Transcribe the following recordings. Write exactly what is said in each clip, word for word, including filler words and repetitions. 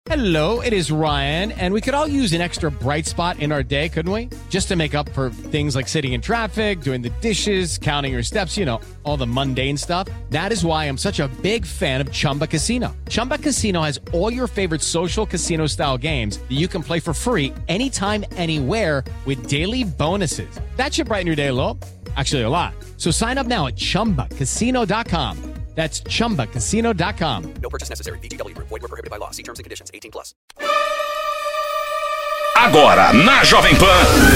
Hello, it is Ryan, and we could all use an extra bright spot in our day, couldn't we? Just to make up for things like sitting in traffic, doing the dishes, counting your steps, you know, all the mundane stuff. That is why I'm such a big fan of Chumba Casino. Chumba Casino has all your favorite social casino-style games that you can play for free anytime, anywhere with daily bonuses. That should brighten your day a little. Actually, a lot. So sign up now at chumba casino dot com. That's chumba casino dot com. No purchase necessary. V G W Group. Void where prohibited by law. See terms and conditions. eighteen plus. Agora na Jovem Pan.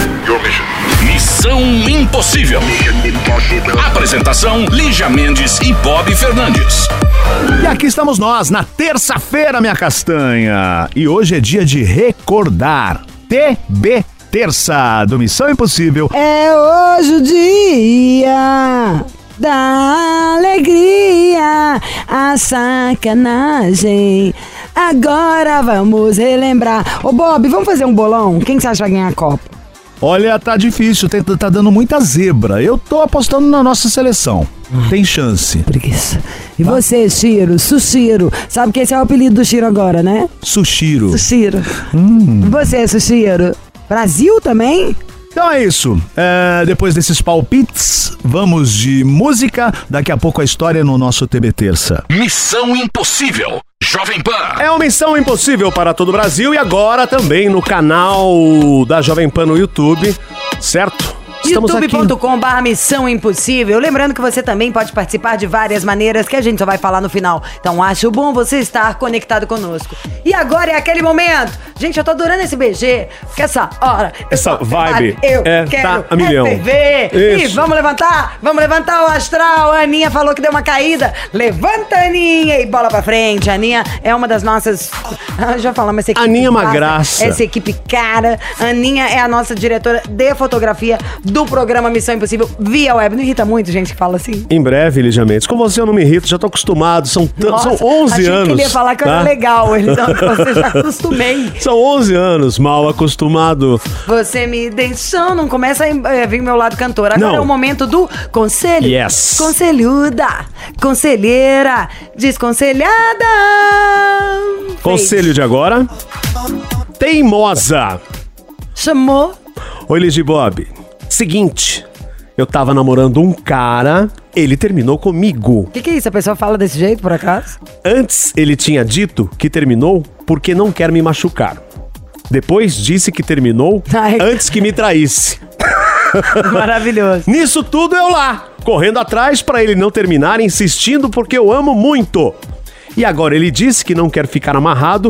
Missão Impossível. Apresentação: Lígia Mendes e Bob Fernandes. E aqui estamos nós na terça-feira, minha castanha. E hoje é dia de recordar. T B Terça do Missão Impossível. É hoje o dia da alegria, a sacanagem. Agora vamos relembrar. Ô Bob, vamos fazer um bolão? Quem que você acha que vai ganhar a Copa? Olha, tá difícil, tá, tá dando muita zebra. Eu tô apostando na nossa seleção. Tem chance. Preguiça. E tá? Você, Chiro, Sushiro. Sabe que esse é o apelido do Chiro agora, né? Sushiro. Sushiro. Hum. Você, Sushiro. Brasil também? Então é isso, é, depois desses palpites, vamos de música, daqui a pouco a história no nosso T B Terça. Missão Impossível, Jovem Pan. É uma missão impossível para todo o Brasil e agora também no canal da Jovem Pan no YouTube, certo? youtube ponto com barra Missão Impossível. Lembrando que você também pode participar de várias maneiras que a gente só vai falar no final. Então acho bom você estar conectado conosco. E agora é aquele momento. Gente, eu tô adorando esse B G, porque essa hora... Essa vibe eu é, quero tá a milhão. F V. E vamos levantar, vamos levantar o astral. A Aninha falou que deu uma caída. Levanta, Aninha, e bola pra frente. A Aninha é uma das nossas... Ah, já falamos, essa equipe... Aninha é uma passa, graça. Essa equipe cara. A Aninha é a nossa diretora de fotografia do programa Missão Impossível via web. Não irrita muito gente que fala assim? Em breve, Lígia Mendes. Com você eu não me irrito, já tô acostumado. São, t- Nossa, são onze achei anos. Que ele ia falar que eu tá? era legal. Ele não, que você já acostumei. São onze anos, mal acostumado. Você me deixou, não começa a é, vir meu lado cantor. Agora não. É o momento do conselho. Yes. Conselhuda, conselheira, desconselhada. Conselho de agora. Teimosa. Chamou. Oi, Lígia Bob. Seguinte, eu tava namorando um cara, ele terminou comigo. O que, que é isso? A pessoa fala desse jeito, por acaso? Antes, ele tinha dito que terminou porque não quer me machucar. Depois, disse que terminou Ai. antes que me traísse. Maravilhoso. Nisso tudo, eu lá, correndo atrás pra ele não terminar, insistindo porque eu amo muito. E agora ele disse que não quer ficar amarrado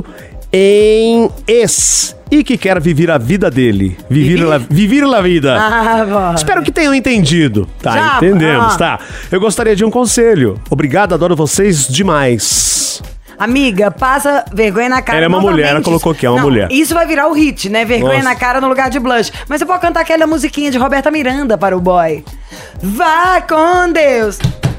em ex e que quer viver a vida dele. Viver, Viver? la, viver la vida. Ah, bom. Espero que tenham entendido. Tá, Já, entendemos, ah. tá. Eu gostaria de um conselho. Obrigado, adoro vocês demais. Amiga, passa vergonha na cara. Ela é uma mulher, ela Novamente, colocou que é uma não, mulher. Isso vai virar o hit, né? Vergonha Nossa. na cara no lugar de blush. Mas você pode cantar aquela musiquinha de Roberta Miranda para o boy. Vá com Deus.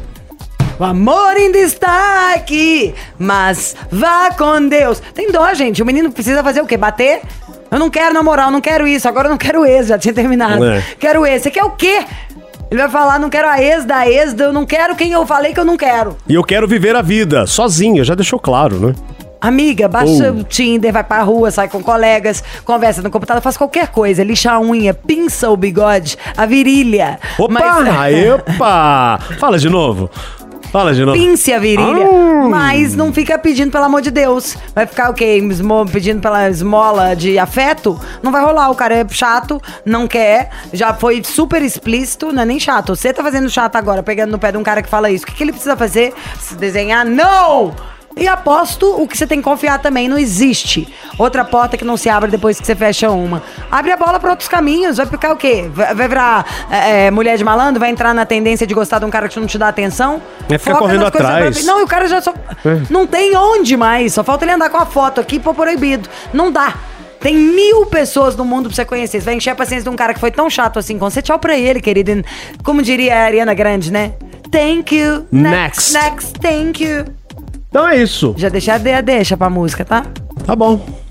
O amor ainda está aqui, mas vá com Deus. Tem dó, gente. O menino precisa fazer o quê? Bater? Eu não quero namorar, eu não quero isso. Agora eu não quero ex, já tinha terminado. É. Quero ex. Você quer o quê? Ele vai falar, não quero a ex da ex, eu não quero quem eu falei que eu não quero. E eu quero viver a vida, sozinha, já deixou claro, né? Amiga, baixa Oh. o Tinder, vai pra rua, sai com colegas, conversa no computador, faz qualquer coisa, lixa a unha, pinça o bigode, a virilha. Opa, Mas... opa! Fala de novo. Fala de novo. Pince a virilha, Ah. mas não fica pedindo, pelo amor de Deus. Vai ficar o quê? Esmo- pedindo pela esmola de afeto? Não vai rolar, o cara é chato, não quer, já foi super explícito, não é nem chato. Você tá fazendo chato agora, pegando no pé de um cara que fala isso. O que, que ele precisa fazer? Se desenhar? Não! E aposto, o que você tem que confiar também, não existe outra porta que não se abre depois que você fecha uma. Abre a bola pra outros caminhos, vai ficar o quê? Vai, vai virar é, mulher de malandro? Vai entrar na tendência de gostar de um cara que não te dá atenção? É ficar Foca correndo nas coisas atrás. pra- Não, e o cara já só... É. Não tem onde mais, só falta ele andar com a foto aqui por proibido. Não dá. Tem mil pessoas no mundo pra você conhecer. Você vai encher a paciência de um cara que foi tão chato assim com você. Tchau pra ele, querido. E como diria a Ariana Grande, né? Thank you. Next. Next, thank you. Então é isso. Já deixei a de- deixa pra música, tá? Tá bom.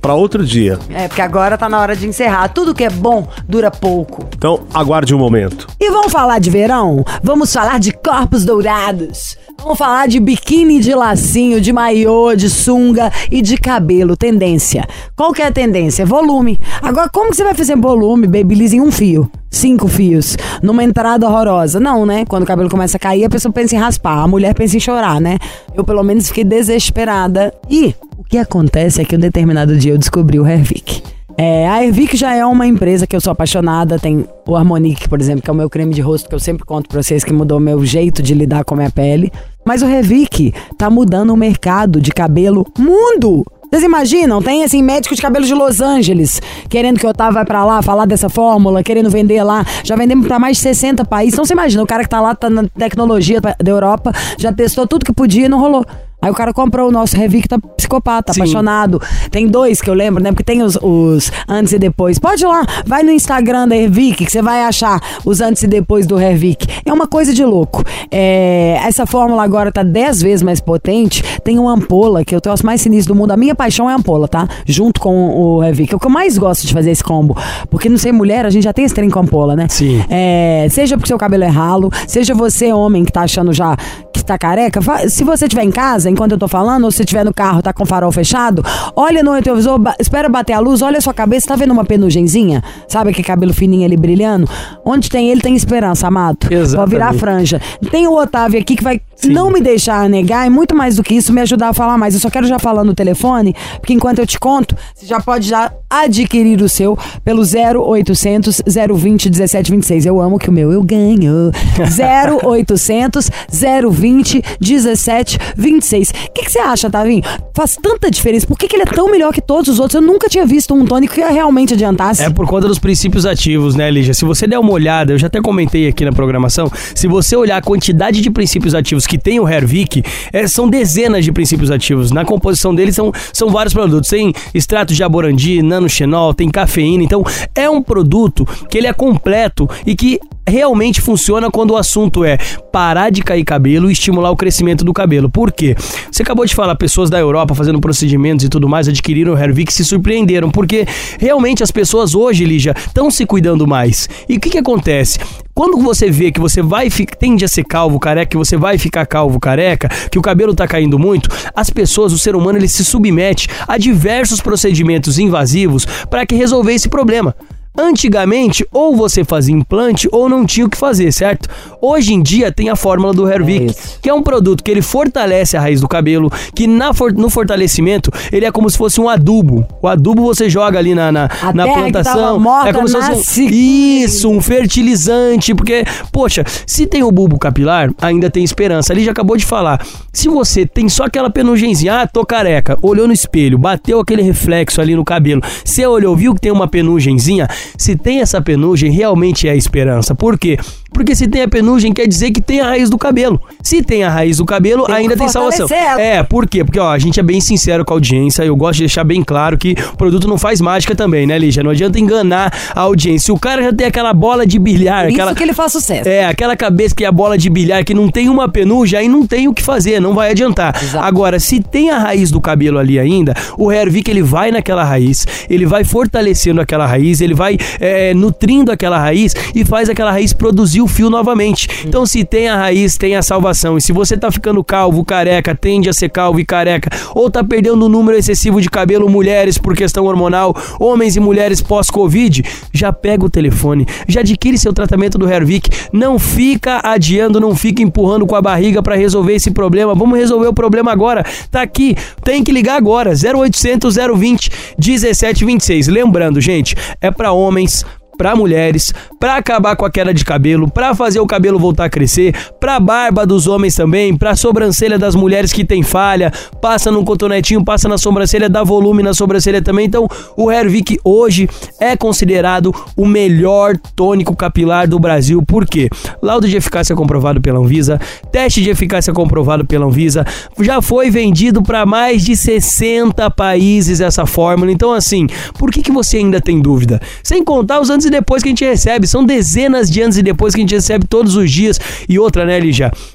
pra outro dia. É, porque agora tá na hora de encerrar. Tudo que é bom dura pouco. Então, aguarde um momento. E vamos falar de verão? Vamos falar de corpos dourados. Vamos falar de biquíni de lacinho, de maiô, de sunga e de cabelo. Tendência. Qual que é a tendência? Volume. Agora, como que você vai fazer volume, babyliss, em um fio? Cinco fios. Numa entrada horrorosa. Não, né? Quando o cabelo começa a cair, a pessoa pensa em raspar. A mulher pensa em chorar, né? Eu, pelo menos, fiquei desesperada. E o que acontece é que um determinado dia eu descobri o Hervik. É, a Hervik já é uma empresa que eu sou apaixonada. Tem o Harmonique, por exemplo, que é o meu creme de rosto que eu sempre conto pra vocês, que mudou o meu jeito de lidar com a minha pele. Mas o Hervik tá mudando o mercado de cabelo mundo. Vocês imaginam? Tem, assim, médico de cabelo de Los Angeles querendo que o Otávio vai pra lá falar dessa fórmula, querendo vender lá. Já vendemos pra mais de sessenta países. Então você imagina, o cara que tá lá, tá na tecnologia da Europa, já testou tudo que podia e não rolou. Aí o cara comprou o nosso Hervik, tá psicopata, Sim. apaixonado. Tem dois que eu lembro, né? Porque tem os, os antes e depois. Pode ir lá, vai no Instagram da Hervik, que você vai achar os antes e depois do Hervik. É uma coisa de louco. É, essa fórmula agora tá dez vezes mais potente. Tem uma ampola, que eu tenho os mais sinistros do mundo. A minha paixão é a ampola, tá? Junto com o Hervik. É o que eu mais gosto de fazer esse combo. Porque, não sei, mulher, a gente já tem esse trem com ampola, né? Sim. É, seja porque seu cabelo é ralo, seja você, homem, que tá achando já que tá careca. Se você estiver em casa, enquanto eu tô falando, ou se estiver no carro, tá com o farol fechado, olha no retrovisor, ba- espera bater a luz, olha a sua cabeça, tá vendo uma penugenzinha? Sabe aquele cabelo fininho ali brilhando? Onde tem ele, tem esperança, amado. Exatamente. Pode virar franja. Tem o Otávio aqui que vai Sim. não me deixar negar e muito mais do que isso, me ajudar a falar mais. Eu só quero já falar no telefone, porque enquanto eu te conto, você já pode já adquirir o seu pelo zero oitocentos, zero vinte, dezessete vinte e seis. Eu amo que o meu eu ganho. zero oitocentos, zero vinte, dezessete vinte e seis. O que, que você acha, Tavinho? Faz tanta diferença. Por que, que ele é tão melhor que todos os outros? Eu nunca tinha visto um tônico que realmente adiantasse. É por conta dos princípios ativos, né, Lígia? Se você der uma olhada, eu já até comentei aqui na programação, se você olhar a quantidade de princípios ativos que tem o Hervik, é, são dezenas de princípios ativos. Na composição deles são, são vários produtos. Tem extrato de jaborandi, nanoxenol, tem cafeína. Então, é um produto que ele é completo e que realmente funciona quando o assunto é parar de cair cabelo e estimular o crescimento do cabelo. Por quê? Você acabou de falar, pessoas da Europa fazendo procedimentos e tudo mais, adquiriram o Hervik e se surpreenderam, porque realmente as pessoas hoje, Lígia, estão se cuidando mais. E o que que acontece? Quando você vê que você vai tende a ser calvo, careca, que você vai ficar calvo, careca, que o cabelo tá caindo muito, as pessoas, o ser humano, ele se submete a diversos procedimentos invasivos para que resolver esse problema. Antigamente, ou você fazia implante ou não tinha o que fazer, certo? Hoje em dia tem a fórmula do Hervik, é que é um produto que ele fortalece a raiz do cabelo, que na for- no fortalecimento ele é como se fosse um adubo. O adubo você joga ali na, na, na plantação, morta, é como se fosse um, isso, um fertilizante, porque, poxa, se tem o bulbo capilar, ainda tem esperança. Ali já acabou de falar, se você tem só aquela penugenzinha, ah, tô careca, olhou no espelho, bateu aquele reflexo ali no cabelo, você olhou, viu que tem uma penugenzinha, se tem essa penugem, realmente é a esperança. Por quê? Porque se tem a penugem, quer dizer que tem a raiz do cabelo. Se tem a raiz do cabelo, tem ainda tem salvação. É, por quê? Porque, ó, a gente é bem sincero com a audiência, eu gosto de deixar bem claro que o produto não faz mágica também, né, Lígia? Não adianta enganar a audiência. Se o cara já tem aquela bola de bilhar... Por aquela, isso que ele faz sucesso. É, aquela cabeça que é a bola de bilhar, que não tem uma penugem, aí não tem o que fazer, não vai adiantar. Exato. Agora, se tem a raiz do cabelo ali ainda, o Hervik, ele vai naquela raiz, ele vai fortalecendo aquela raiz, ele vai é, nutrindo aquela raiz e faz aquela raiz produzir o fio novamente. Então, se tem a raiz, tem a salvação. E se você tá ficando calvo, careca, tende a ser calvo e careca, ou tá perdendo um número excessivo de cabelo, mulheres por questão hormonal, homens e mulheres pós-Covid, já pega o telefone, já adquire seu tratamento do Hervik. Não fica adiando, não fica empurrando com a barriga pra resolver esse problema. Vamos resolver o problema agora. Tá aqui, tem que ligar agora. zero oitocentos, zero vinte, dezessete vinte e seis. Lembrando, gente, é pra homens, pra mulheres, pra acabar com a queda de cabelo, pra fazer o cabelo voltar a crescer, pra barba dos homens também, pra sobrancelha das mulheres que tem falha, passa num cotonetinho, passa na sobrancelha, dá volume na sobrancelha também. Então, o Hervik hoje é considerado o melhor tônico capilar do Brasil. Por quê? Laudo de eficácia comprovado pela Anvisa, teste de eficácia comprovado pela Anvisa, já foi vendido para mais de sessenta países essa fórmula. Então, assim, por que que você ainda tem dúvida? Sem contar os antes e depois que a gente recebe, são dezenas de antes e depois que a gente recebe todos os dias. E outra, né, Lígia?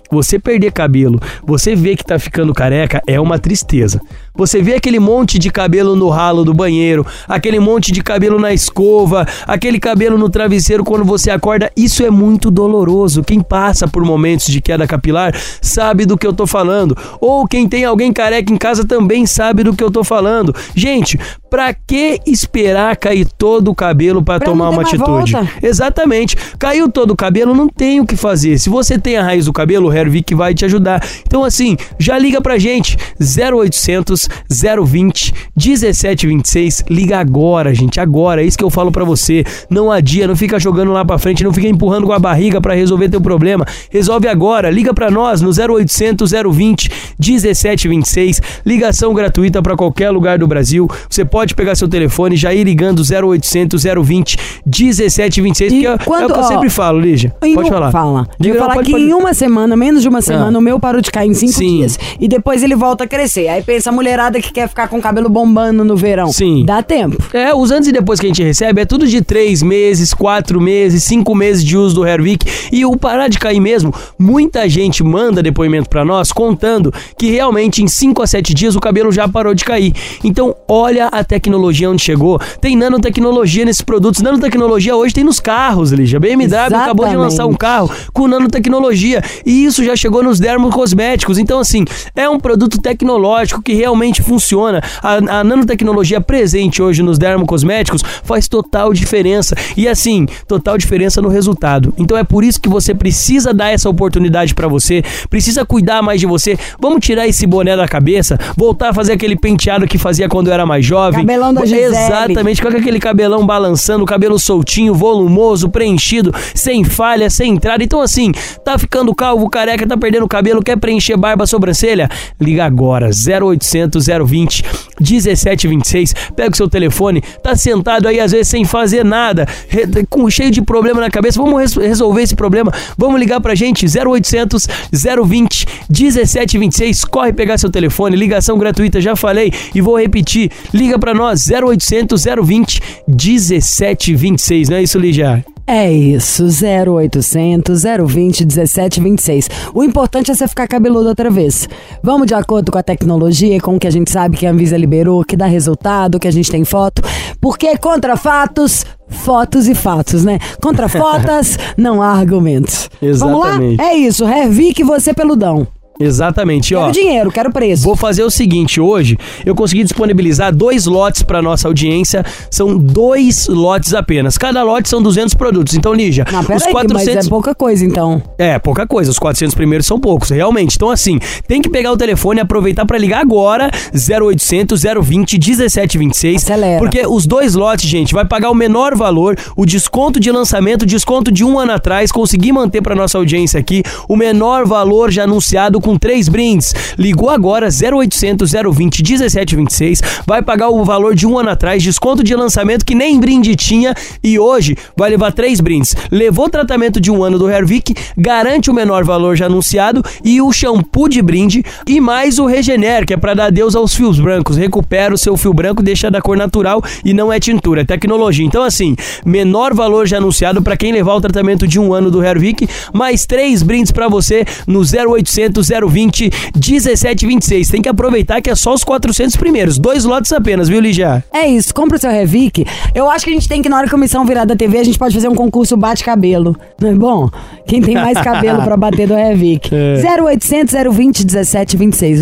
você perder cabelo, você vê que tá ficando careca, é uma tristeza. Você vê aquele monte de cabelo no ralo do banheiro, aquele monte de cabelo na escova, aquele cabelo no travesseiro quando você acorda, isso é muito doloroso. Quem passa por momentos de queda capilar sabe do que eu tô falando. Ou quem tem alguém careca em casa também sabe do que eu tô falando. Gente, pra que esperar cair todo o cabelo pra, pra tomar uma atitude? Volta. Exatamente. Caiu todo o cabelo, não tem o que fazer. Se você tem a raiz do cabelo, o Hervik vai te ajudar. Então assim, já liga pra gente. zero oitocentos, zero vinte, dezessete vinte e seis. Liga agora, gente. Agora. É isso que eu falo pra você. Não adia, não fica jogando lá pra frente, não fica empurrando com a barriga pra resolver teu problema. Resolve agora. Liga pra nós no zero oitocentos, zero vinte, dezessete vinte e seis. Ligação gratuita pra qualquer lugar do Brasil. Você pode pegar seu telefone e já ir ligando zero oitocentos, zero vinte, dezessete vinte e seis. Que é, quando, é o que eu ó, sempre falo, Lígia. Pode falar. Fala. Diga, eu falar pode, que pode... em uma semana, menos de uma semana, ah. o meu parou de cair em cinco Sim. dias. E depois ele volta a crescer. Aí pensa a mulherada que quer ficar com o cabelo bombando no verão. Sim. Dá tempo. É, os antes e depois que a gente recebe é tudo de três meses, quatro meses, cinco meses de uso do Hervik. E o parar de cair mesmo, muita gente manda depoimento pra nós contando que realmente em cinco a sete dias o cabelo já parou de cair. Então olha a tecnologia onde chegou. Tem nanotecnologia nesses produtos. Nanotecnologia hoje tem nos carros, Lígia. A B M W Exatamente. acabou de lançar um carro com nanotecnologia. E isso já chegou nos dermocosméticos. Então assim, é um produto tecnológico que realmente funciona. A, a nanotecnologia presente hoje nos dermocosméticos faz total diferença. E assim, total diferença no resultado. Então é por isso que você precisa dar essa oportunidade pra você, precisa cuidar mais de você. Vamos tirar esse boné da cabeça, voltar a fazer aquele penteado que fazia quando eu era mais jovem. Cabelão da Gisele. Exatamente, com aquele cabelão balançando, cabelo soltinho, volumoso, preenchido, sem falha, sem entrada. Então assim, tá ficando calvo, careca, tá perdendo cabelo, quer preencher barba, sobrancelha? Liga agora, zero oitocentos, zero vinte, dezessete vinte e seis. Pega o seu telefone, tá sentado aí às vezes sem fazer nada, re, com, cheio de problema na cabeça. Vamos res, resolver esse problema. Vamos ligar pra gente, zero oitocentos, zero vinte, dezessete vinte e seis. Corre pegar seu telefone, ligação gratuita, já falei e vou repetir. Liga pra nós, zero oitocentos, zero vinte, dezessete vinte e seis. Não é isso, Lígia? É isso, zero oitocentos, zero vinte, dezessete vinte e seis. O importante é você ficar cabeludo outra vez. Vamos de acordo com a tecnologia, com o que a gente sabe que a Anvisa liberou, que dá resultado, que a gente tem foto. Porque contra fatos, fotos e fatos, né? Contra fotos, não há argumentos. Exatamente. Vamos lá? É isso, Hervik, você peludão. Exatamente, ó. Quero dinheiro, quero preço. Vou fazer o seguinte, hoje eu consegui disponibilizar dois lotes para nossa audiência, são dois lotes apenas. Cada lote são duzentos produtos. Então, Lígia, não, pera os aí, quatrocentos... mas é pouca coisa, então. É, pouca coisa. Os quatrocentos primeiros são poucos, realmente. Então, assim, tem que pegar o telefone e aproveitar para ligar agora, zero oitocentos, zero vinte, dezessete vinte e seis. Acelera. Porque os dois lotes, gente, vai pagar o menor valor, o desconto de lançamento, o desconto de um ano atrás, consegui manter para nossa audiência aqui o menor valor já anunciado com três brindes. Ligou agora, zero oitocentos, zero vinte, dezessete vinte e seis, vai pagar o valor de um ano atrás, desconto de lançamento que nem brinde tinha e hoje vai levar três brindes. Levou o tratamento de um ano do Hervik, garante o menor valor já anunciado e o shampoo de brinde e mais o Regener, que é para dar adeus aos fios brancos. Recupera o seu fio branco, deixa da cor natural e não é tintura, é tecnologia. Então assim, menor valor já anunciado para quem levar o tratamento de um ano do Hervik, mais três brindes para você no zero oitocentos, zero vinte, dezessete vinte e seis. Tem que aproveitar que é só os quatrocentos primeiros. Dois lotes apenas, viu, Lígia? É isso, compra o seu Hervik. Eu acho que a gente tem que, na hora que a comissão virar da T V, a gente pode fazer um concurso bate-cabelo. Não é bom? Quem tem mais cabelo pra bater do Hervik. É. zero oitocentos, zero vinte, dezessete vinte e seis.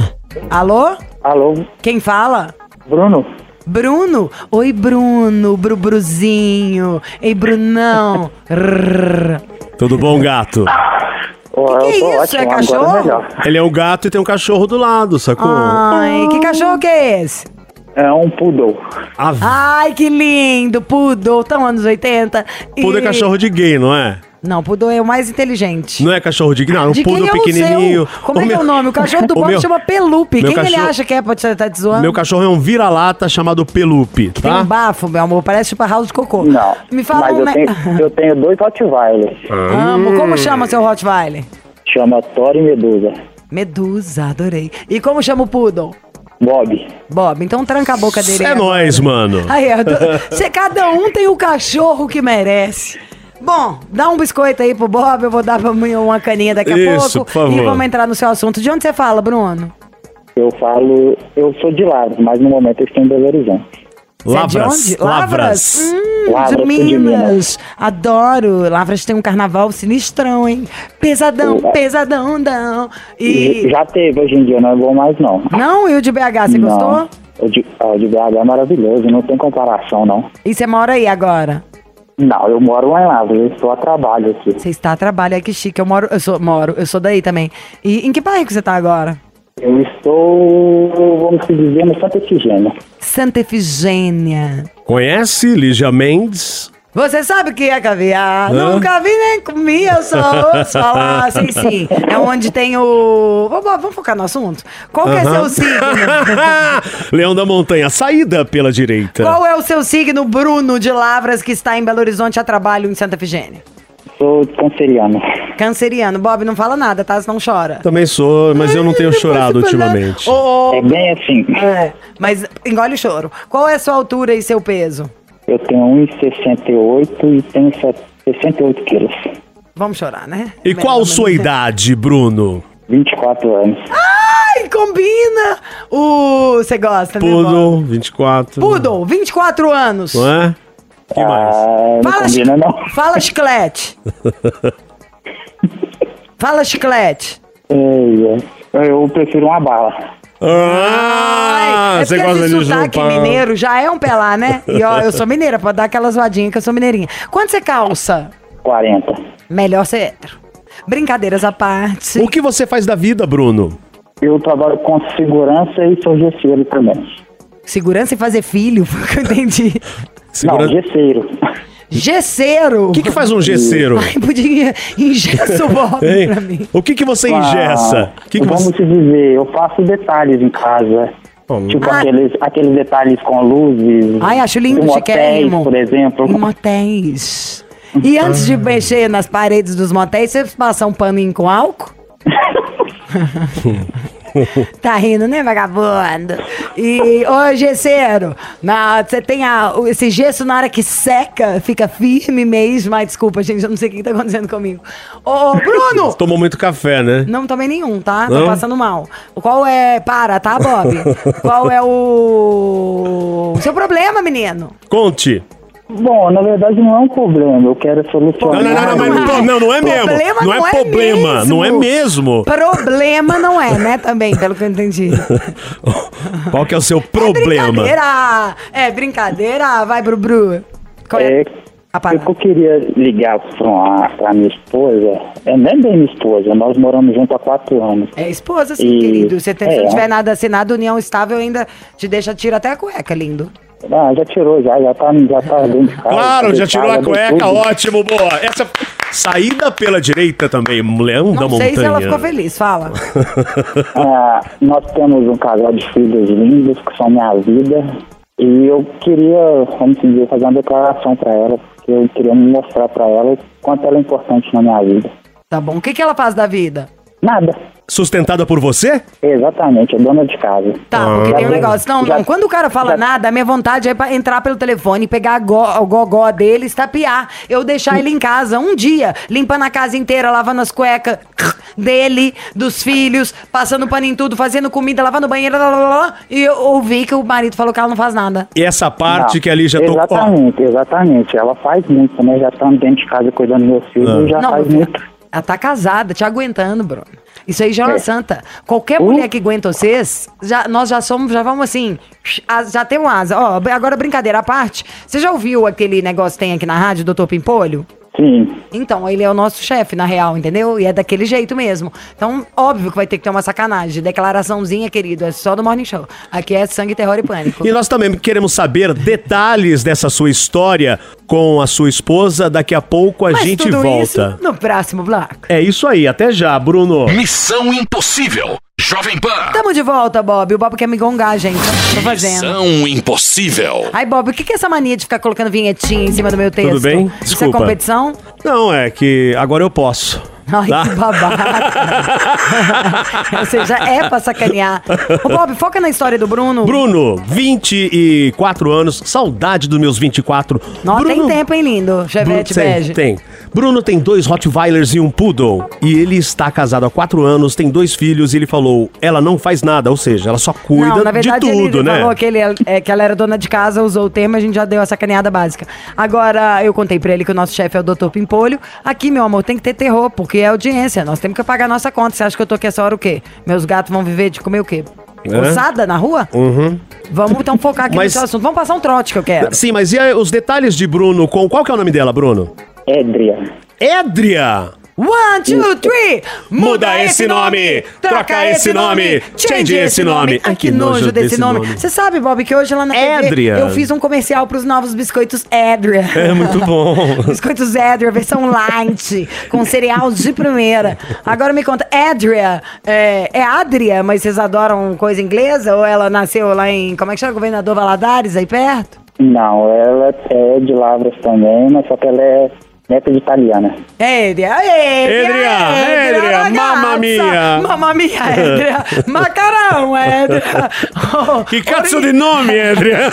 Alô? Alô? Quem fala? Bruno. Bruno? Oi, Bruno. Brubruzinho. Ei, Brunão. Tudo bom, gato? Oh, que, que é isso? Ótimo, é cachorro? Ele é um gato e tem um cachorro do lado, sacou? Ai, que cachorro que é esse? É um poodle. A... Ai, que lindo, poodle. Tão anos oitenta. Poodle e... é cachorro de gay, não é? Não, poodle é o mais inteligente. Não é cachorro de gay, não. É um de poodle quem é pequenininho. O seu? Como o é que meu... é o nome? O cachorro do Bob meu... chama Pelupe. Quem cachorro... ele acha que é? Pode estar te zoando? Meu cachorro é um vira-lata chamado Pelupe, tá? Tem um bafo, meu amor. Parece tipo a house de cocô. Não. Me fala mas um... eu, tenho, eu tenho dois Rottweilers. Ah. Amo. Como chama seu Rottweiler? Chama Tori Medusa. Medusa, adorei. E como chama o poodle? Bob. Bob, então tranca a boca dele. É agora. Nóis, mano. Aí, tô... Cê, cada um tem o cachorro que merece. Bom, dá um biscoito aí pro Bob, eu vou dar pra mim uma caninha daqui a Isso, pouco. por favor. E vamos entrar no seu assunto. De onde você fala, Bruno? Eu falo, eu sou de Lavras, mas no momento eu estou em Belo Horizonte. Você é de Lavras. onde? Lavras. Hum, Lavras, de sou de Minas. Minas. Adoro. Lavras tem um carnaval sinistrão, hein? Pesadão, É. pesadão, não. E... Já teve, hoje em dia não é bom mais não. Não? E o de B H, você Não. gostou? O de, ah, o de B H é maravilhoso, não tem comparação não. E você mora aí agora? Não, eu moro lá em Lavras, eu estou a trabalho aqui. Você está a trabalho, ai que chique. Eu moro, eu sou, moro, eu sou daí também. E em que bairro que você tá agora? Eu estou, vamos dizer, no Santa Efigênia. Santa Efigênia. Conhece Lígia Mendes? Você sabe o que é caviar? Hã? Nunca vi nem comi, eu só ouço falar. Sim, sim. É onde tem o... Vamos, vamos focar no assunto? Qual que é seu signo? Leão da Montanha, saída pela direita. Qual é o seu signo, Bruno de Lavras, que está em Belo Horizonte a trabalho em Santa Efigênia? Sou canceriano. Canceriano. Bob, não fala nada, tá? Senão chora. Também sou, mas eu não tenho chorado ultimamente. Ô, ô, É bem assim. é, mas engole o choro. Qual é a sua altura e seu peso? Eu tenho um e sessenta e oito e tenho sessenta e oito quilos. Vamos chorar, né? E qual sua idade, Bruno? vinte e quatro anos. Ai, combina! Uh, você gosta, né, Bob? Poodle, vinte e quatro. Poodle, vinte e quatro anos. Não é? Que mais? Ah, não Fala, combina chi- não. Fala chiclete. Fala chiclete. É, é. Eu prefiro uma bala. Ah, Ai, é você porque gosta esse de sotaque chupar. mineiro já é um pelá, né? E ó, eu sou mineira, pode dar aquela zoadinha que eu sou mineirinha. Quanto você calça? quarenta. Melhor ser hétero. Brincadeiras à parte. O que você faz da vida, Bruno? Eu trabalho com segurança e sou gesseiro também. Segurança e fazer filho, foi o que eu entendi. Segura- Não, gesseiro. Gesseiro. O que, que faz um gesseiro? Ai, podia ingessa o Bob Hein? pra mim. O que, que você ingessa? O que que Vamos você... te dizer, eu faço detalhes em casa. Bom, Tipo Ah. aqueles, aqueles detalhes com luzes. Ai, acho lindo, em chiquérrimo. motéis, por exemplo. Em motéis. E antes de mexer nas paredes dos motéis, você passa um paninho com álcool? Tá rindo, né, vagabundo? E, ô, gesseiro, na- você tem a- o- esse gesso na hora que seca, fica firme mesmo. Ai, desculpa, gente, eu não sei o que tá acontecendo comigo. Ô, Bruno! Tomou muito café, né? Não tomei nenhum, tá? Não? Tô passando mal. Qual é... Para, tá, Bob? Qual é o... o seu problema, menino? Conte. Bom, na verdade não é um problema, eu quero solucionar. Não, não, não, não, mas não, não, não é mesmo. Problema Não é problema, não é mesmo. Problema não é, né? Também, pelo que eu entendi. Qual que é o seu É problema? brincadeira! É brincadeira! Vai, Bru Bru. Qual é? É, A o parada. que eu queria ligar pra, pra minha esposa, é nem bem minha esposa, nós moramos juntos há quatro anos. É esposa, sim, E- querido. Você tem, se é. não tiver nada assinado, união estável ainda te deixa, tira até a cueca, lindo. Ah, já tirou, já, já tá, já tá dentro de casa. Claro, já tirou a deitada, cueca, tudo. ótimo, boa. Essa saída pela direita também, Leão da Não Montanha. sei se ela ficou feliz, fala. Ah, nós temos um casal de filhos lindos que são minha vida. E eu queria, vamos dizer, fazer uma declaração pra ela, porque eu queria mostrar pra ela o quanto ela é importante na minha vida. Tá bom. O que, que ela faz da vida? Nada. Sustentada por você? Exatamente, é dona de casa. Tá, Ah. porque tem um negócio. Não, Já- não. Quando o cara fala já- nada, a minha vontade é pra entrar pelo telefone, pegar a go- o gogó dele, estapear. Eu deixar ele em casa um dia, limpando a casa inteira, lavando as cuecas dele, dos filhos, passando pano em tudo, fazendo comida, lavando banheiro, lá, lá, lá, lá, e eu ouvi que o marido falou que ela não faz nada. E essa parte Não, que ali já tocou. Exatamente, exatamente. Ela faz muito, né? Já estamos dentro de casa cuidando dos meus filhos, Ah. já Não, faz meu muito. filho, ela tá casada, te aguentando, Bruno. Isso aí já é uma É. santa. Qualquer Uh. mulher que aguenta vocês, já, nós já somos, já vamos assim, as- já temos asa. Ó, agora brincadeira à parte, você já ouviu aquele negócio que tem aqui na rádio, doutor Pimpolho? Sim. Então, ele é o nosso chefe, na real, entendeu? E é daquele jeito mesmo. Então, óbvio que vai ter que ter uma sacanagem. Declaraçãozinha, querido, é só do Morning Show. Aqui é sangue, terror e pânico. E nós também queremos saber detalhes dessa sua história com a sua esposa. Daqui a pouco a Mas gente tudo volta. isso no próximo bloco. É isso aí, até já, Bruno. Missão Impossível. Jovem Pan. Tamo de volta, Bob. O Bob quer me gongar, gente. Tô fazendo. Missão Impossível. Ai, Bob, o que que é essa mania de ficar colocando vinhetinha em cima do meu texto? Tudo bem? Isso é Desculpa. competição? Não, é que agora eu posso. Ai, Tá? que babaca. Ou seja, é pra sacanear. Ô, Bob, foca na história do Bruno. Bruno, vinte e quatro anos, saudade dos meus vinte e quatro. Não, Bruno, tem tempo, hein, lindo? Chevette Bruno, bege. tem, tem. Bruno tem dois Rottweilers e um Poodle. E ele está casado há quatro anos, tem dois filhos e ele falou, ela não faz nada, ou seja, ela só cuida Não, na verdade, de tudo, ele né? falou que, ele, é, que ela era dona de casa, usou o termo, a gente já deu a sacaneada básica. Agora, eu contei pra ele que o nosso chefe é o doutor Pimpolho. Aqui, meu amor, tem que ter terror, porque é audiência. Nós temos que pagar a nossa conta. Você acha que eu tô aqui essa hora o quê? Meus gatos vão viver de comer o quê? É? Ossada na rua? Uhum. Vamos então focar aqui Mas- no seu assunto. Vamos passar um trote que eu quero. Sim, mas e aí, os detalhes de Bruno com... Qual que é o nome dela, Bruno? Édria. Édria! One, two, three! Muda esse nome, troca esse nome, change esse nome. Ai, que nojo desse nome. Você sabe, Bob, que hoje lá na T V Édria. eu fiz um comercial pros novos biscoitos Édria. É muito bom. Biscoitos Édria, versão light, com cereal de primeira. Agora me conta, Édria, é, é Adria, mas vocês adoram coisa inglesa? Ou ela nasceu lá em, como é que chama, Governador Valadares, aí perto? Não, ela é de Lavras também, mas só que ela é neta de italiana. Édria, Édria, Édria, ragazza. mamma mia. Mamma mia, Édria. Macarão, Édria. Oh, Que cazzo de nome, Édria?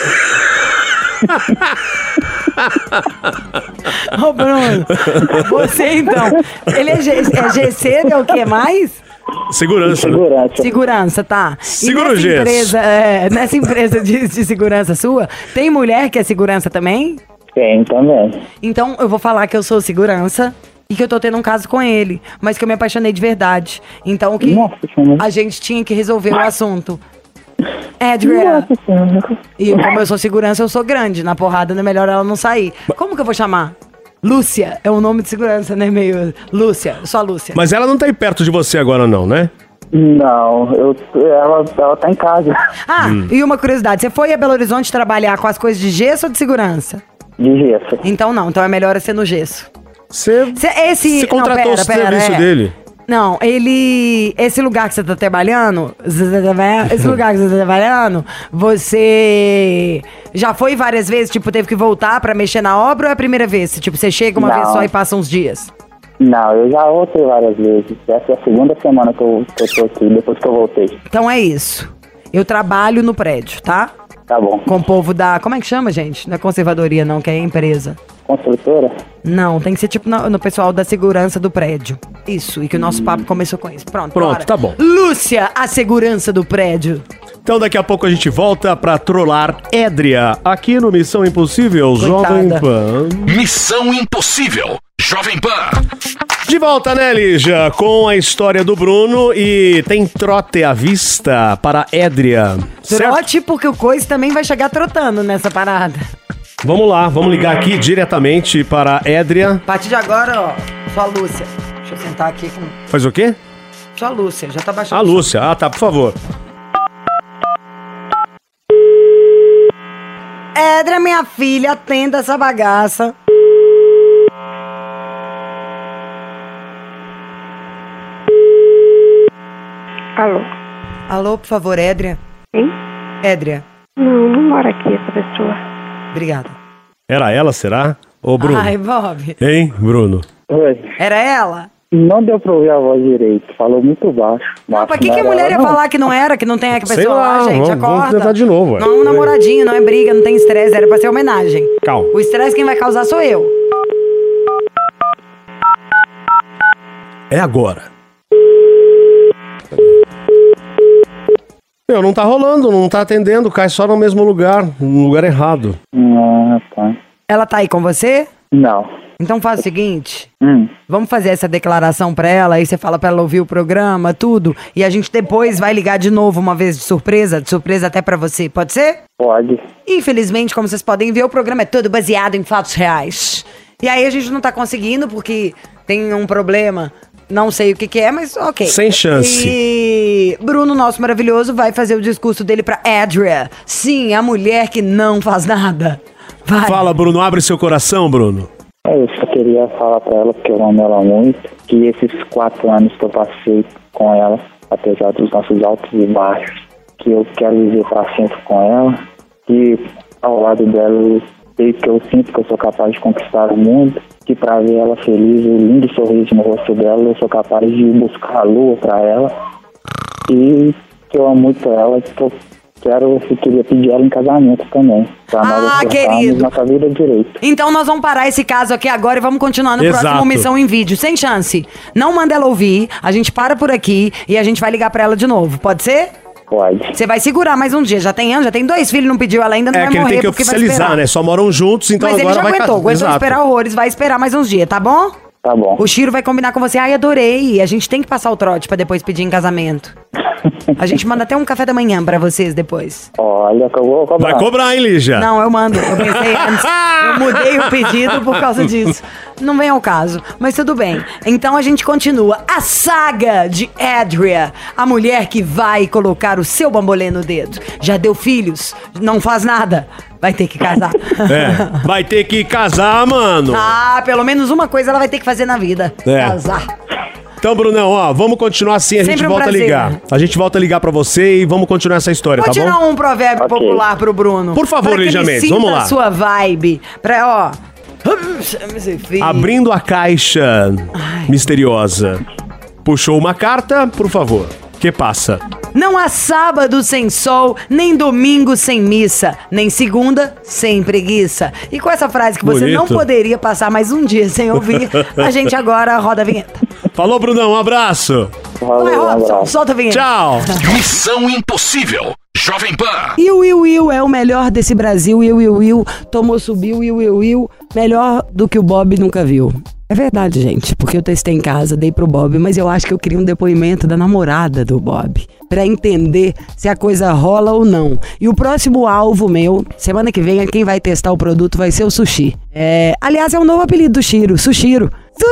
Ô, Bruno, você então, ele é, G, é G C, é o que mais? Segurança, né? Segurança. Segurança, tá. E Segura o nessa gesso. empresa, é, nessa empresa de, de segurança sua, tem mulher que é segurança também? Tem também. Então eu vou falar que eu sou segurança e que eu tô tendo um caso com ele, mas que eu me apaixonei de verdade. Então que Nossa Senhora. a gente tinha que resolver o assunto. Adria. Nossa Senhora. E como eu sou segurança, eu sou grande. Na porrada não é melhor ela não sair. Como que eu vou chamar? Lúcia. É um nome de segurança, né? Meio... Lúcia. Só Lúcia. Mas ela não tá aí perto de você agora não, né? Não, eu, ela, ela tá em casa. Ah, e uma curiosidade. Você foi a Belo Horizonte trabalhar com as coisas de gesso ou de segurança? De gesso. Então não. Então é melhor ser no gesso. Você Cê, esse... você contratou não, o pera, pera, serviço é. dele. Não, ele... Esse lugar que você tá trabalhando... Esse lugar que você tá trabalhando... Você... Já foi várias vezes? Tipo, teve que voltar pra mexer na obra ou é a primeira vez? Tipo, você chega uma Não. vez só e passa uns dias? Não, eu já voltei várias vezes. Essa é a segunda semana que eu, que eu tô aqui, depois que eu voltei. Então é isso. Eu trabalho no prédio, tá? Tá bom. Com o povo da... Como é que chama, gente? Não é conservadoria, não, que é empresa. Construtora? Não, tem que ser tipo no, no pessoal da segurança do prédio. Isso, e que o nosso papo começou com isso. Pronto, Pronto, bora. tá bom. Lúcia, a segurança do prédio. Então daqui a pouco a gente volta pra trollar Édria aqui no Missão Impossível Coitada. Jovem Pan. Missão Impossível. Jovem Pan. De volta, né, Lígia? Com a história do Bruno e tem trote à vista para Édria. Certo? Trote, porque o coice também vai chegar trotando nessa parada. Vamos lá, vamos ligar aqui diretamente para Édria. A partir de agora, ó, só a Lúcia. Deixa eu sentar aqui com... Faz o quê? Só a Lúcia, já tá baixando. A Lúcia. Ah, tá, por favor. Édria, minha filha, atenda essa bagaça. Alô? Alô, por favor, Édria. Sim? Édria, Não, não mora aqui essa pessoa. obrigada. Era ela, será? Ô, Bruno. Ai, Bob. Hein, Bruno? Oi. Era ela? Não deu pra ouvir a voz direito, falou muito baixo. Não, pra que, que a mulher ia falar que não era, que não tem aqui a Sei pessoa lá, lá, gente? vamos- Acorda. vamos tentar de novo, ué. Não é um namoradinho, não é briga, não tem estresse, era pra ser homenagem. Calma. O estresse quem vai causar sou eu. É agora. Meu, não tá rolando, não tá atendendo, cai só no mesmo lugar, no lugar errado. Ah, tá. Ela tá aí com você? Não. Então faz o seguinte, Hum. vamos fazer essa declaração pra ela, aí você fala pra ela ouvir o programa, tudo, e a gente depois vai ligar de novo uma vez de surpresa, de surpresa até pra você, pode ser? Pode. Infelizmente, como vocês podem ver, o programa é todo baseado em fatos reais. E aí a gente não tá conseguindo porque tem um problema, não sei o que que é, mas ok. Sem chance. E Bruno, nosso maravilhoso, vai fazer o discurso dele pra Adria. Sim, a mulher que não faz nada. Vai. Fala, Bruno, abre seu coração, Bruno. É, eu só queria falar pra ela, porque eu amo ela muito, que esses quatro anos que eu passei com ela, apesar dos nossos altos e baixos, que eu quero viver pra sempre com ela, que ao lado dela eu sei que eu sinto que eu sou capaz de conquistar o mundo, que para ver ela feliz, o lindo sorriso no rosto dela, eu sou capaz de buscar a lua para ela. E que eu amo muito ela, que eu quero, eu queria pedir ela em casamento também. Pra Ah, nós acertarmos querido. nossa vida direito. Então nós vamos parar esse caso aqui agora e vamos continuar no Exato. próximo Missão em Vídeo. Sem chance. Não manda ela ouvir, a gente para por aqui e a gente vai ligar pra ela de novo. Pode ser? Pode. Você vai segurar mais um dia. Já tem anos, já tem dois filhos, não pediu ela ainda, não É vai que ele morrer tem que porque vai oficializar, esperar. né? Só moram juntos, então Mas ele agora já vai aguentou, casar. aguentou Exato. esperar horrores, vai esperar mais uns dias, tá bom? Tá bom. O Chiro vai combinar com você. Ai, adorei. A gente tem que passar o trote pra depois pedir em casamento. A gente manda até um café da manhã pra vocês depois. Olha que eu vou cobrar. Vai cobrar, hein, Lígia? Não, eu mando. Eu pensei antes. Eu mudei o pedido por causa disso. Não vem ao caso, mas tudo bem. Então a gente continua. A saga de Adria, a mulher que vai colocar o seu bambolê no dedo. Já deu filhos, não faz nada. Vai ter que casar. É, vai ter que casar, mano. Ah, pelo menos uma coisa ela vai ter que fazer na vida. É. Casar. Então, Brunão, ó, vamos continuar assim, a Sempre gente um volta prazer. a ligar. A gente volta a ligar pra você e vamos continuar essa história, Vou tá tirar bom? um provérbio Ok. popular pro Bruno. Por favor, pra que Lígia ele Mendes, sinta vamos lá. a sua vibe. Pra, ó... Abrindo a caixa misteriosa. Puxou uma carta, por favor. Que passa? Não há sábado sem sol, nem domingo sem missa, nem segunda sem preguiça. E com essa frase que você Bonito. não poderia passar mais um dia sem ouvir, a gente agora roda a vinheta. Falou, Brunão, um abraço. Vai, Valeu, um Robson, abraço. solta a vinheta. Tchau. Missão Impossível. Jovem Pan. E o Will Will é o melhor desse Brasil. E o Will Will tomou, subiu. E o Will Will melhor do que o Bob nunca viu. É verdade, gente, porque eu testei em casa, dei pro Bob, mas eu acho que eu queria um depoimento da namorada do Bob, pra entender se a coisa rola ou não. E o próximo alvo meu, semana que vem, quem vai testar o produto vai ser o Sushi. É, aliás, é um novo apelido do Chiro, Sushiro.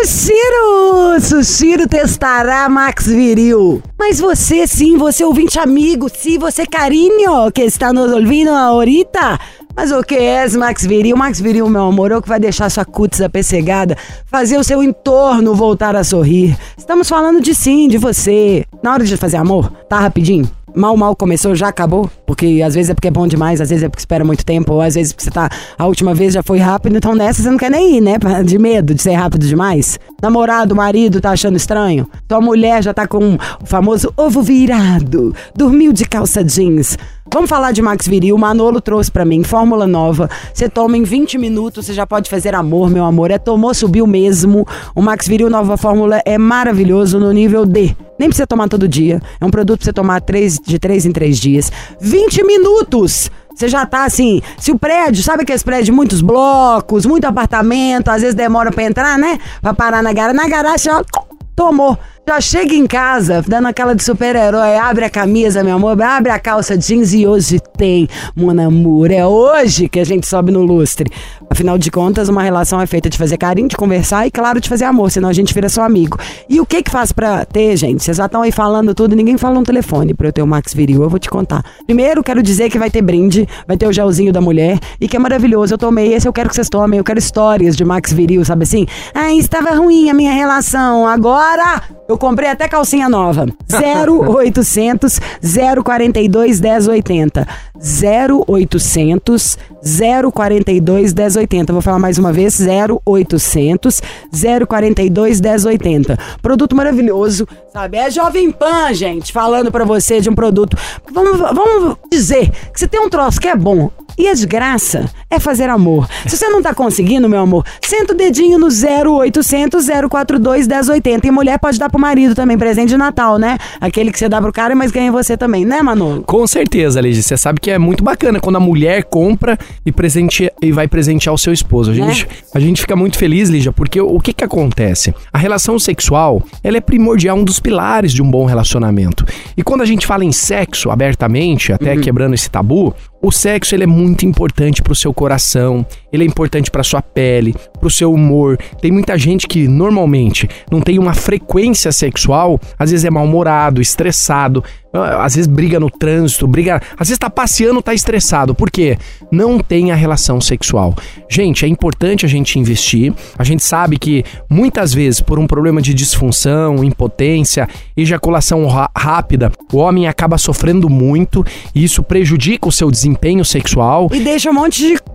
Sushiro! Sushiro testará Max Viril. Mas você sim, você ouvinte amigo, sim, você carinho que está nos ouvindo ahorita. Mas o que é Max Viril? Max Viril, meu amor, é o que vai deixar sua cutis apessegada, fazer o seu entorno voltar a sorrir. Estamos falando de sim, de você. Na hora de fazer amor, tá rapidinho? Mal, mal começou, já acabou? Porque às vezes é porque é bom demais, às vezes é porque espera muito tempo, ou às vezes porque você tá... A última vez já foi rápido, então nessa você não quer nem ir, né? De medo de ser rápido demais. Namorado, marido, tá achando estranho? Tua mulher já tá com o famoso ovo virado, dormiu de calça jeans. Vamos falar de Max Viril, o Manolo trouxe pra mim, fórmula nova. Você toma em vinte minutos, você já pode fazer amor, meu amor. É tomou, subiu mesmo. O Max Viril, nova fórmula, é maravilhoso no nível D. Nem precisa tomar todo dia. É um produto pra você tomar três, de três em três dias. vinte minutos! Você já tá assim, se o prédio, sabe aqueles prédios, muitos blocos, muito apartamento, às vezes demora pra entrar, né? Pra parar na garagem. Na garagem, ó, tomou. Já chega em casa, dando aquela de super-herói, abre a camisa, meu amor, abre a calça jeans e hoje tem, mon amour. É hoje que a gente sobe no lustre. Afinal de contas, uma relação é feita de fazer carinho, de conversar e, claro, de fazer amor, senão a gente vira só amigo. E o que que faz pra ter, gente? Vocês já estão aí falando tudo, ninguém fala um telefone pra eu ter o Max Viril, eu vou te contar. Primeiro, quero dizer que vai ter brinde, vai ter o gelzinho da mulher e que é maravilhoso. Eu tomei esse, eu quero que vocês tomem, eu quero histórias de Max Viril, sabe assim? Ai, estava ruim a minha relação, agora... Eu comprei até calcinha nova. zero oitocentos, zero quarenta e dois, dez oitenta. zero oitocentos, zero quarenta e dois, dez oitenta. Vou falar mais uma vez. zero oitocentos, zero quarenta e dois, dez oitenta. Produto maravilhoso, sabe? É Jovem Pan, gente, falando pra você de um produto. Vamos, vamos dizer que você tem um troço que é bom e é de graça, é fazer amor. Se você não tá conseguindo, meu amor, senta o dedinho no zero oitocentos, zero quarenta e dois, dez oitenta. E mulher pode dar pro marido também, presente de Natal, né? Aquele que você dá pro cara, mas ganha você também, né, Manolo? Com certeza, Lígia. Você sabe que é muito bacana quando a mulher compra e, presente, e vai presentear o seu esposo. A gente, É. a gente fica muito feliz, Lígia, porque o que que acontece? A relação sexual, ela é primordial, um dos pilares de um bom relacionamento. E quando a gente fala em sexo abertamente, até quebrando esse tabu, o sexo ele é muito importante pro seu coração, ele é importante pra sua pele, pro seu humor. Tem muita gente que normalmente não tem uma frequência sexual, às vezes é mal-humorado, estressado, às vezes briga no trânsito, briga, às vezes tá passeando, tá estressado. Por quê? Não tem a relação sexual. Gente, é importante a gente investir. A gente sabe que muitas vezes por um problema de disfunção, impotência, ejaculação rápida, o homem acaba sofrendo muito e isso prejudica o seu desempenho sexual. E deixa um monte de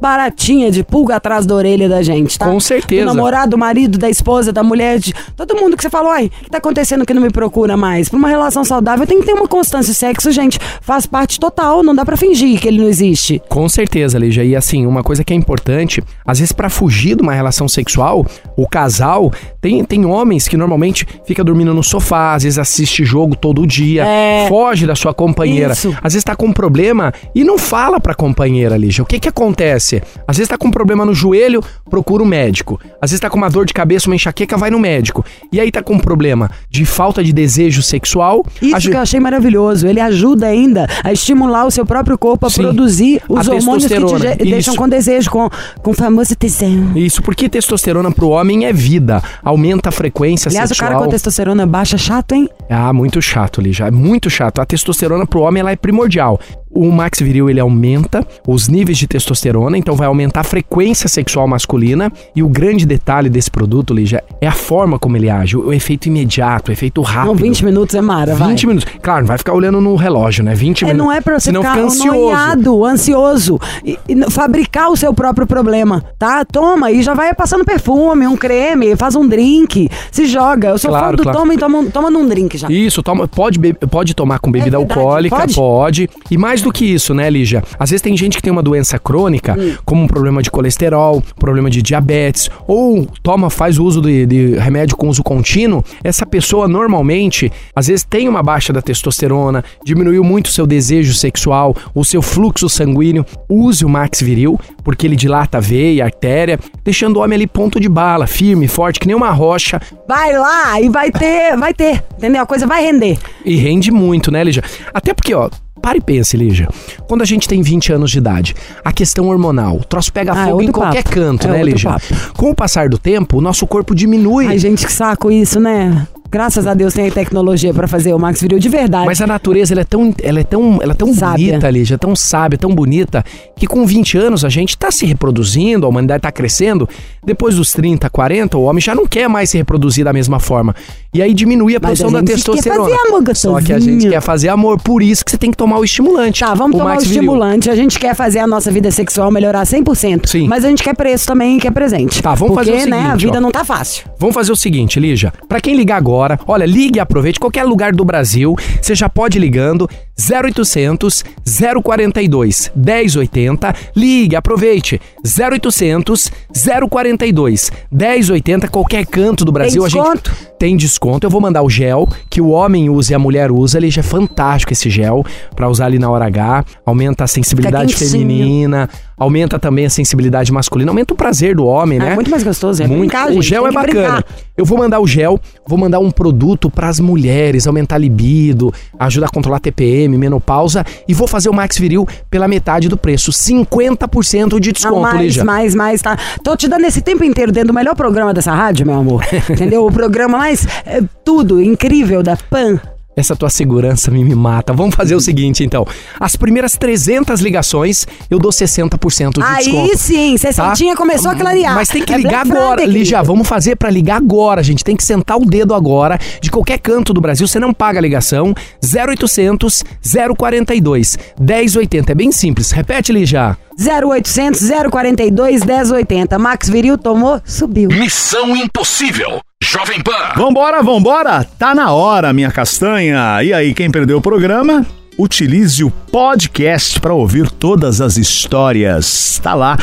baratinha de pulga atrás da orelha da gente, tá? Com certeza. Do namorado, do marido, da esposa, da mulher, de todo mundo que você falou, ai, o que tá acontecendo que não me procura mais? Pra uma relação saudável tem que ter uma constância. O sexo, gente, faz parte total, não dá pra fingir que ele não existe. Com certeza, Lígia. E assim, uma coisa que é importante, às vezes pra fugir de uma relação sexual, o casal, tem, tem homens que normalmente fica dormindo no sofá, às vezes assiste jogo todo dia, É. foge da sua companheira. Isso. Às vezes tá com um problema e não fala pra companheira, Lígia. O que que acontece? Às vezes tá com um problema no joelho, procura um médico. Às vezes tá com uma dor de cabeça, uma enxaqueca, vai no médico. E aí tá com um problema de falta de desejo sexual. Isso a que eu achei maravilhoso. Ele ajuda ainda a estimular o seu próprio corpo a Sim. produzir os A hormônios que te testosterona. ge- deixam Isso. com desejo, com, com o famoso tesão. Isso, porque testosterona pro homem é vida. Aumenta a frequência Aliás, sexual. o cara com a testosterona baixa, chato, hein? Ah, muito chato, Lígia. É muito chato. A testosterona pro homem ela é primordial. O Max Viril, ele aumenta os níveis de testosterona, então vai aumentar a frequência sexual masculina. E o grande detalhe desse produto, Lígia, é a forma como ele age. O efeito imediato, o efeito rápido. Não, vinte minutos é mara, vai. vinte minutos. Claro, não vai ficar olhando no relógio, né? vinte É, minutos. não é pra você Senão ficar fica ansioso. noiado, ansioso. E, e fabricar o seu próprio problema, tá? Toma e já vai passando perfume, um creme, faz um drink, se joga. Eu sou Claro, fã do claro. toma e toma, toma num drink já. Isso, toma, pode, be- pode tomar com bebida É verdade, alcoólica, pode? pode. E mais do que isso, né, Lígia? Às vezes tem gente que tem uma doença crônica, Hum. como um problema de colesterol, problema de diabetes, ou toma, faz uso de, de remédio com uso contínuo. Essa pessoa normalmente, às vezes tem uma baixa da testosterona, diminuiu muito o seu desejo sexual, o seu fluxo sanguíneo. Use o Max Viril, porque ele dilata a veia, a artéria, deixando o homem ali ponto de bala, firme, forte, que nem uma rocha. Vai lá e vai ter, vai ter, entendeu? A coisa vai render. E rende muito, né, Lígia? Até porque, ó, para e pense, Lígia. Quando a gente tem vinte anos de idade, a questão hormonal, o troço pega Ah, é fogo em outro qualquer papo. canto, É né, outro Lígia? papo. Com o passar do tempo, o nosso corpo diminui. Ai, gente, que saco isso, né? Graças a Deus tem a tecnologia pra fazer o Max Viril de verdade. Mas a natureza, ela é tão, ela é tão, ela é tão Sábia. bonita, Lígia, tão sábia, tão bonita, que com vinte anos a gente tá se reproduzindo, a humanidade tá crescendo. Depois dos trinta, quarenta, o homem já não quer mais se reproduzir da mesma forma. E aí diminui a Mas produção a da gente quer testosterona. fazer amor, Só que a gostosinho. gente quer fazer amor, por isso que você tem que tomar o estimulante. Tá, vamos o tomar o Max Viril. estimulante. A gente quer fazer a nossa vida sexual melhorar cem por cento. Sim. Mas a gente quer preço também e quer presente. Tá, vamos Porque, fazer o né, a seguinte, vida ó. não tá fácil. Vamos fazer o seguinte, Lígia. Pra quem ligar agora, olha, ligue e aproveite. Qualquer lugar do Brasil, você já pode ir ligando. zero oitocentos, zero quarenta e dois, dez oitenta. Ligue, aproveite. zero oitocentos, zero quarenta e dois, dez oitenta. Qualquer canto do Brasil. Tem desconto? A gente tem desconto. Eu vou mandar o gel que o homem usa e a mulher usa. Lígia, é fantástico esse gel pra usar ali na hora H. Aumenta a sensibilidade Fica quentinho. feminina. Aumenta também a sensibilidade masculina. Aumenta o prazer do homem, né? É muito mais gostoso. É Muito. brincar, O gente, gel tem é que bacana. brincar. Eu vou mandar o gel, vou mandar um produto pras mulheres, aumentar a libido, ajudar a controlar T P M, menopausa, e vou fazer o Max Viril pela metade do preço, cinquenta por cento de Não, desconto, mais, Lígia. mais, mais, tá? Tô te dando esse tempo inteiro dentro do melhor programa dessa rádio, meu amor. Entendeu? O programa mais é, tudo incrível da Pan. Essa tua segurança me, me mata. Vamos fazer o seguinte, então. As primeiras trezentas ligações, eu dou sessenta por cento de Aí desconto. sim, sessentinha começou a clarear. Mas tem que É ligar Black agora. Friday, Lígia, querido. vamos fazer pra ligar agora, gente. Tem que sentar o dedo agora. De qualquer canto do Brasil, você não paga a ligação. zero oitocentos, zero quarenta e dois, dez oitenta. É bem simples. Repete, Lígia. zero oitocentos, zero quarenta e dois, dez oitenta. Max Viril tomou, subiu. Missão Impossível. Jovem Pan. Vambora, vambora! Tá na hora, minha castanha! E aí, quem perdeu o programa? Utilize o podcast para ouvir todas as histórias. Tá lá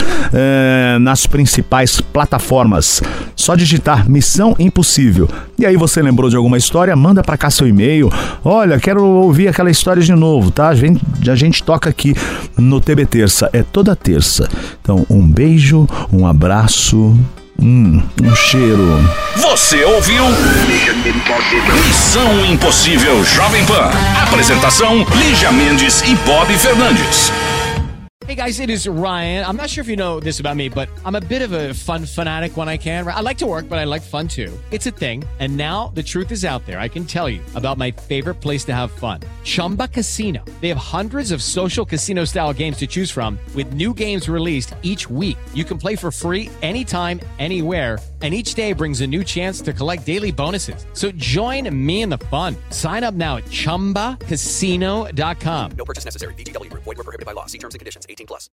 é, nas principais plataformas. Só digitar Missão Impossível. E aí você lembrou de alguma história? Manda para cá seu e-mail. Olha, quero ouvir aquela história de novo, tá? A gente, a gente toca aqui no T B Terça. É toda terça. Então, um beijo, um abraço, hum, um cheiro. Você ouviu? Missão Impossível Jovem Pan. Apresentação: Lígia Mendes e Bob Fernandes. Hey guys, it is Ryan. I'm not sure if you know this about me, but I'm a bit of a fun fanatic when I can. I like to work, but I like fun too. It's a thing. And now the truth is out there. I can tell you about my favorite place to have fun. Chumba Casino. They have hundreds of social casino style games to choose from with new games released each week. You can play for free anytime, anywhere. And each day brings a new chance to collect daily bonuses. So join me in the fun. Sign up now at chumba casino dot com. No purchase necessary. V G W Group. Void where prohibited by law. See terms and conditions. eighteen plus.